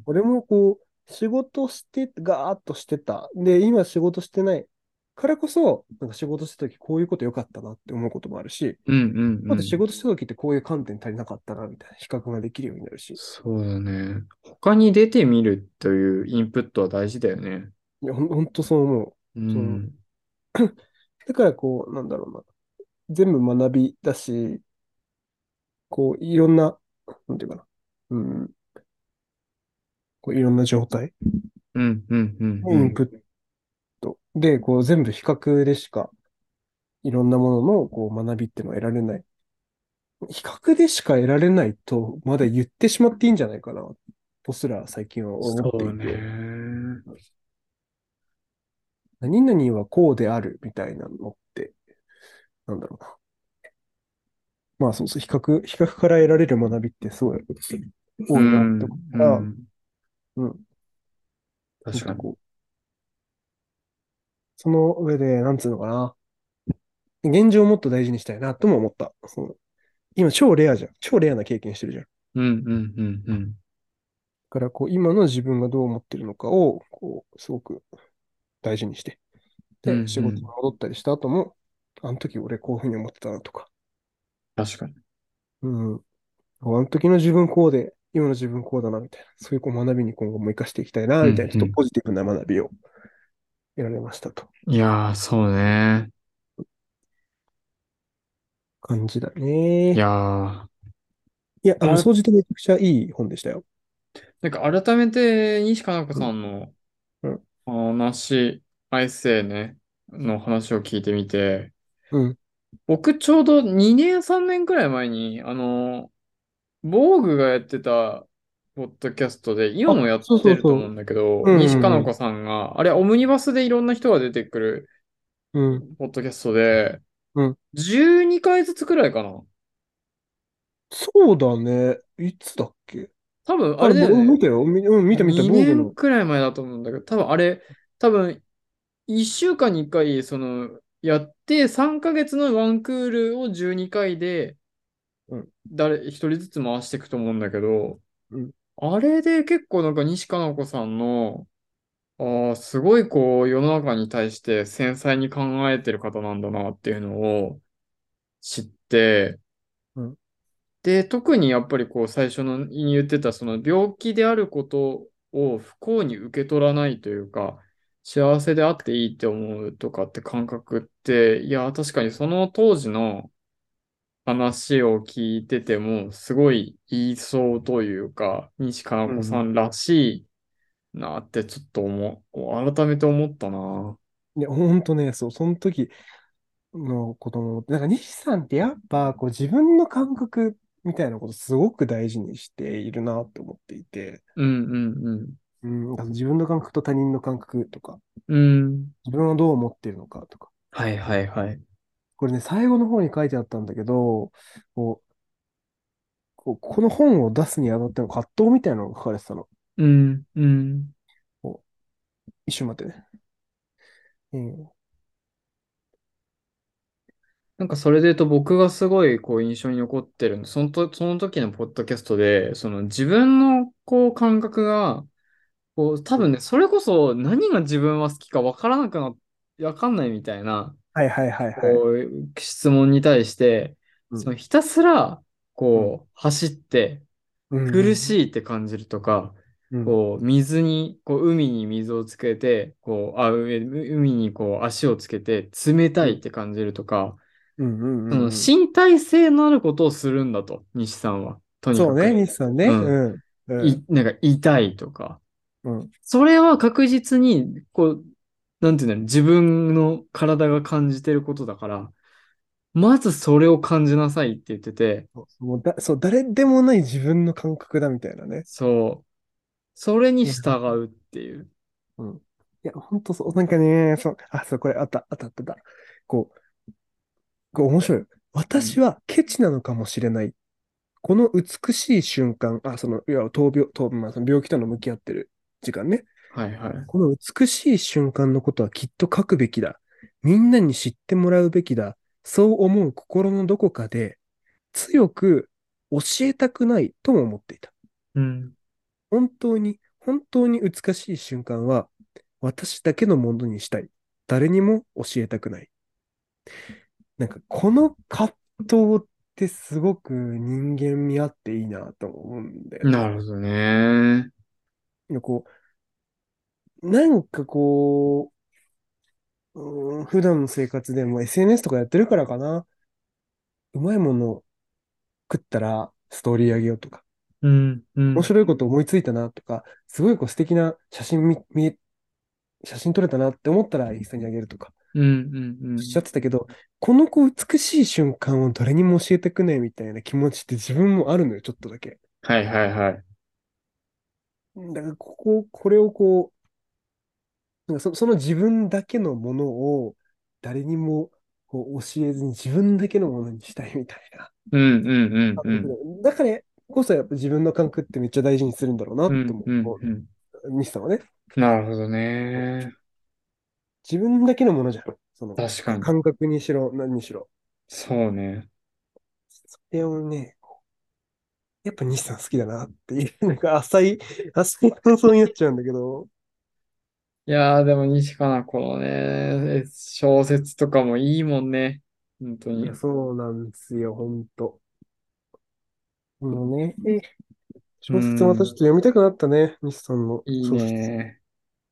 俺もこう、仕事してガーッとしてた。で、今仕事してないからこそ、なんか仕事した時こういうこと良かったなって思うこともあるし、 うん。うん、うん、 あと仕うん。 事した時ってこういう観点足りなかったなみたいな比較ができるようになるし。 そうだね。他に出てみるというインプットは大事だよね。 いや、ほん、ほんとそう思う。 うその、 ん。 だからこう、なんだろうな。全部学びだし、こう、いろんな、なんていうかな。うん、こういろんな状態うん、うん、うん、うん。 のインプットで、こう、全部比較でしか、いろんなもののこう学びっていうのは得られない。比較でしか得られないと、まだ言ってしまっていいんじゃないかな、とすら最近は思ってそういて、 ね。 何々はこうであるみたいなのって、なんだろうな。まあそうそう、比較、比較から得られる学びってすごいう多いなって思っん、うたら、 ん。 うん、もっ確かに。 とこう、その上で、なんつうのかな。現状をもっと大事にしたいなとも思った。その今超レアじゃん。超レアな経験してるじゃん。だうん、うん、うん、うん。 からこう、今の自分がどう思ってるのかを、こう、すごく大事にして。 うん、うで、仕事にん。 戻ったりした後も、あの時俺こういうふうに思ってたなとか、 確かに。 うん、あの時の自分こうで、今の自分こうだなみたいな、そういうこう学びに今後も活かしていきたいな、 うん、 みたいな、ちょっとうん。 ポジティブな学びを得られましたと。 いやー、そうね。 感じだいやね。 ー、 いや、あの、 あら、 総じてめちゃくちゃいい本でしたよ。 なんか改めて西加奈子うん、 さんのうん、 話、エッセイね、の話を聞いてみて、 うん。 僕ちょうどにねん、さんねんくらい前に、あの、防具がやってたポッドキャストで、今もあ、 やっそうそてうそると思うんだけど、 う。うん、うん、うん。 西加奈子さんが、あれ、オムニバスでいろんな人が出てくるうん、 ポッドキャストで、 うん。 じゅうにかいずつくらいかな。 そうだね。いつだっけ？ 多分、ああれ、 れだよね。 僕見たよ。みうん、見た見た、防 2 具の。 年くらい前だと思うんだけど、多分あれ、多分いっしゅうかんにいっかい、その、やって、さんかげつのワンクールをじゅうにかいで、 うん、 誰、一人ずつ回していくと思うんだけど、 うん、 あれで結構なんか西加奈子さんの、ああ、すごいこう、世の中に対して繊細に考えてる方なんだなっていうのを知って、 うん、 で、特にやっぱりこう、最初のに言ってた、その病気であることを不幸に受け取らないというか、幸せであっていいって思うとかって感覚って、いや、確かにその当時の話を聞いてても、すごい言いそうというか、西加奈子さうん。 んらしいなってちょっと思う、改めて思ったな。 ね、ほんとね、そう、その時のことも、なんか西さんってやっぱ、こう自分の感覚みたいなことすごく大事にしているなって思っていて、 うんうんうん。 うん、自分の感覚と他人の感覚とか、 うん。 自分はどう思っているのかとか。 はいはいはい。 これね、最後の方に書いてあったんだけど、こう、こうこの本を出すにあたっての葛藤みたいなのが書かれてたの。 うんうん。 こう一瞬待ってね。うん、 なんかそれで言うと僕がすごいこう印象に残ってるんで、そのと、その時のポッドキャストで、その自分のこう感覚が、こう多分ね、それこそ何が自分は好きかわからなくな、わかんないみたいな、 はいはいはいはい。 こう質問に対して、 うん、 そのひたすらうん、 こう走ってうん、うん、 苦しいって感じるとか、 うん、 こう水に、こう海に水をつけて、こう、あ、海海にこう足をつけて冷たうん、 いって感じるとか、 うん、うん、 そのうん。 身体性のあることをするんだと、西さんは。とにそうね、 かく。 西さんね。 うん。 うん、うい、 ん、 なんか痛いとか。 うん、 それは確実に、こう、 なんていうんだろう、自分の体が感じてることだから、まずそれを感じなさいって言ってて、 そうもうだ、そう、誰でもない自分の感覚だみたいなね。 そう、それにいや、 従うっていう。 うん。いや、本当そう。なんかね、そう、あ、そう、これあった、あった、あった、あった。こう、こう面白い。 うん。 私はケチなのかもしれない。この美しい瞬間、あ、その、いわゆる闘病、闘、まあ、その病気との向き合ってる時間ね。 はいはい。 この美しい瞬間のことはきっと書くべきだ。みんなに知ってもらうべきだ。そう思う心のどこかで、強く教えたくないとも思っていた。 うん。 本当に、本当に美しい瞬間は、私だけのものにしたい。誰にも教えたくない。なんか、この葛藤ってすごく人間味あっていいなと思うんだよね。 なるほどね。 いやこう、なんかこう、うーん普段の生活でも エスエヌエス とかやってるからかな。うまいもの食ったらストーリーあげようとか、 うん、うん、 面白いこと思いついたなとか、すごいこう素敵な写真見、見写真撮れたなって思ったらインスタにあげるとか、 うん、うん、うおっしゃん。 ってたけど、このこう美しい瞬間を誰にも教えてくねみたいな気持ちって自分もあるのよ、ちょっとだけ。 はいはいはい。 だからここ、これをこう、なんかそ、その自分だけのものを誰にもこう教えずに自分だけのものにしたいみたいなうん、うん、うん、 感うん。 覚で。だからこそやっぱ自分の感覚ってめっちゃ大事にするんだろうなうん、 って思うん、 う。 うん。 西さんはね。 なるほどね。 自分だけのものじゃん。その確かに。 感覚にしろ、何にしろ。 そうね。 それをね、やっぱ西さん好きだなっていう、なんか浅い、浅い感想になっちゃうんだけど、 いやー、でも西加奈子のね、小説とかもいいもんね。本当いや、 に。 そうなんですよ、ほんと。もうね、えう小説またちょっとん。 読みたくなったね、西さんのいい小説。 ね。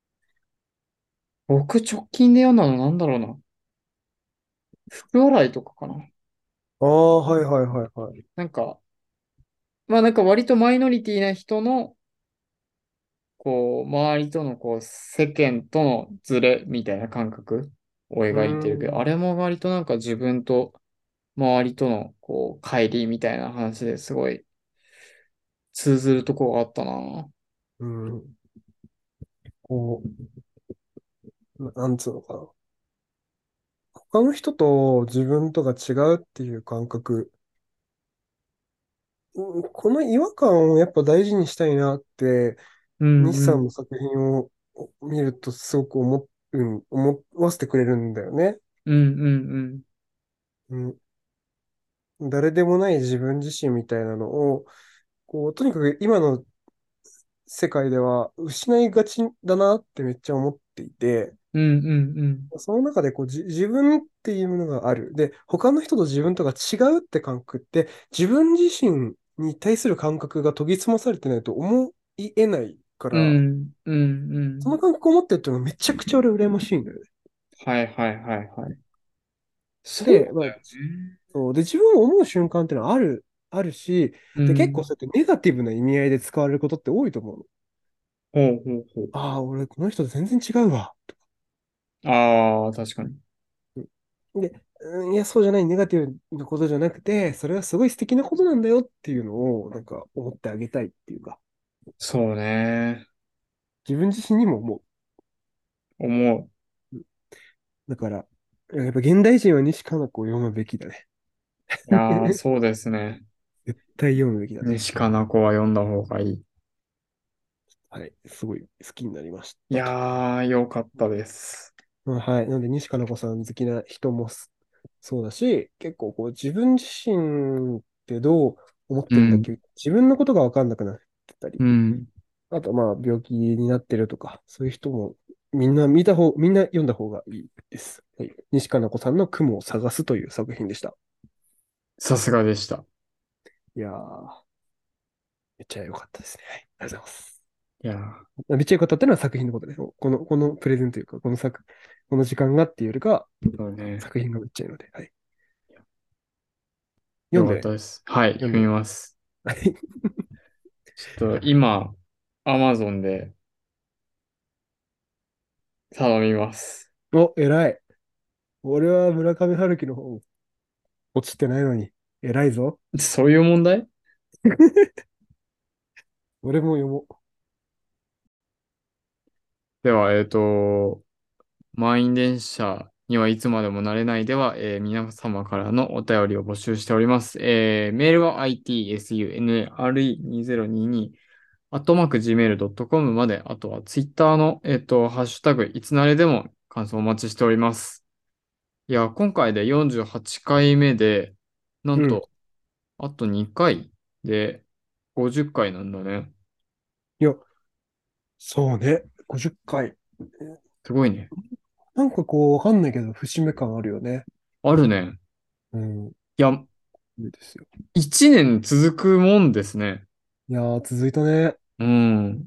僕直近で読んだのなんだろうな。福笑いとかかな。 ああ、はいはいはいはい。 なんか、まあなんか割とマイノリティな人の、こう、周りとのこう、世間とのズレみたいな感覚をうー描いてるけど、あん、 れも割となんか自分と周りとのこう、乖離みたいな話ですごい通ずるとこがあったな。 うん、こう、ななんつうのかな。他の人と自分とが違うっていう感覚、うんこの違和感をやっぱ大事にしたいなって、 うん西うん。 さんの作品を見るとすごく思っ、うん、思わせてくれるんだよね。 うんうんうん、誰でもない自分自身みたいなのを、こう、とにかく今の世界では失いがちだなってめっちゃ思っていて、 うん。うんうんその中でこうじ自分っていうものがある。で、他の人と自分とが違うって感覚って、自分自身に対する感覚が研ぎ澄まされてないと思い得ないかうん。 ら、 うんうんうん。 その感覚を持ってるっていうのがめちゃくちゃ俺羨ましいんだよね。 はいはいはいはい。そうで、まあ、 だよね。 そう。で、自分を思う瞬間っていうのはある、あるし、で、結構うん。 そうやってネガティブな意味合いで使われることって多いと思うの。 ほうほうほう。 ああ、俺この人と全然違うわ。 ああ、確かに。 うんで、うんいや、そうじゃない、ネガティブなことじゃなくて、それはすごい素敵なことなんだよっていうのを、なんか思ってあげたいっていうか、 そうね。 自分自身にも思思う。 う。うんだから、やっぱ現代人は西加奈子を読むべきだね。 いやー、そうですね。 絶対読むべきだね。 西加奈子は読んだ方がいい。 はい。すごい好きになりましいたと。 やー、よかったです。 まあ、はい。なので、西加奈子さん好きな人もすそうだし、結構こう自分自身ってどう思っうん、 てるんだっけ自分のことがわかんなくなってたり、 うん。 あとまあ病気になってるとか、そういう人もみんな見た方、みんな読んだ方がいいです。はい。西加奈子さんの雲を探すという作品でした。 さすがでした。 いやー、めっちゃ良かったですね。はい。ありがとうございます。 いやー、 めっちゃ良かったっていうのは作品のことで、この、このプレゼンというか、この作、この時間がっていうよりか、 そうね。 作品がめっちゃいいので、はい。読よんで、 かったです。はい、読み読んで。 ます。 はい。 ちょっと今、アマゾンで頼みます。 お、偉い。俺は村上春樹の本落ちてないのに。偉いぞ。 そういう問題？ 俺も読もでは、えっと、満員電車にはいつまでもなれないでは、えー皆様からのお便りを募集しております。えーメールは アイティーエスユーエヌエーアールイーにせんにじゅうに アットマーク ジーメールドットコム まで、あとはツイッターの、えっと、ハッシュタグ、いつなれでも感想お待ちしております。いや、今回でよんじゅうはちかいめで、なう。うん。 んと、あとにかいでごじゅっかいなんだね。 いや、そうね。ごじゅっかい。 すごいね。 なんかこう、わかんないけど、節目感あるよね。 あるね。 うん。 いや、 いいですよ。 いちねん続くもんですね。 いやー、続いたね。 うん。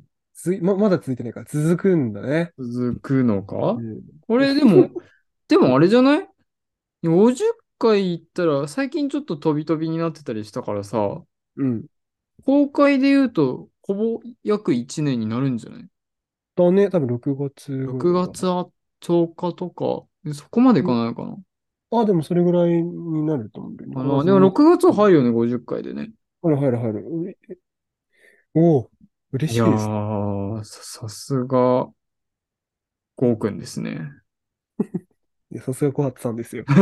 つい、ま、まだ続いてないから、続くんだね。 続くのか？ うん。 これでも、でもあれじゃない？ ごじゅっ 回行ったら、最近ちょっと飛び飛びになってたりしたからさ、 うん。 公開で言うと、ほぼ約いちねんになるんじゃない？ だね、多分ろくがつぐろくらいかな。 月ちょうかとか、そこまでいかんないかな。 あ、でもそれぐらいになると思うんだよ。6 かな。でも月に。 ろくがつは入るよね、ごじゅっかいでね。 入る入る入る。うれおお、嬉いやしいです。 ー、さ、さすが、ゴーくんですね。 いや、さすが小畑さんですよ。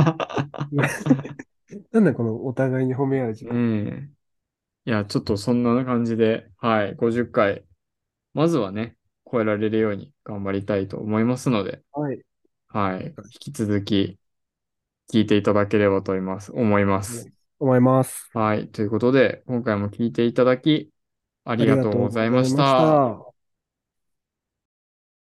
なんだこのお互いに褒め合う時間。 ねえ。いや、ちょっとそんな感じで、はい、ごじゅっかい、まずはね、超えられるように頑張りたいと思いますので、 はい。 はい、引き続き聞いていただければと思います。思います。 思います。 はい、ということで、今回も聞いていただき、ありありががとうとうございございましました。 た。